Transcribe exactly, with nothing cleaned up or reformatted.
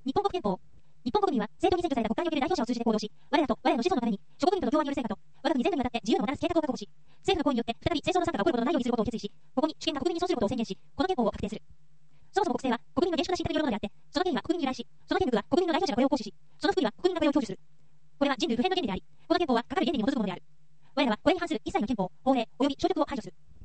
日本国憲法。日本国民は政党に選挙された国会における代表者を通じて行動し、我らと我らの子孫のために諸国民との共和による成果と我が国全土にわたって自由のもたらす計画を確保し、政府の行為によって再び戦争の惨禍が起こることのないようにすることを決意し、ここに主権が国民に損することを宣言し、この憲法を確定する。そもそも国政は国民の厳粛な信託によるものであって、その権威は国民に由来し、その権力は国民の代表者がこれを行使し、その福利は国民がこれを享受する。これは人類普遍の原理であり、この憲法はかかる原理に基づくものである。我らはこれに反する一切の憲法、法令及び消極を排除する。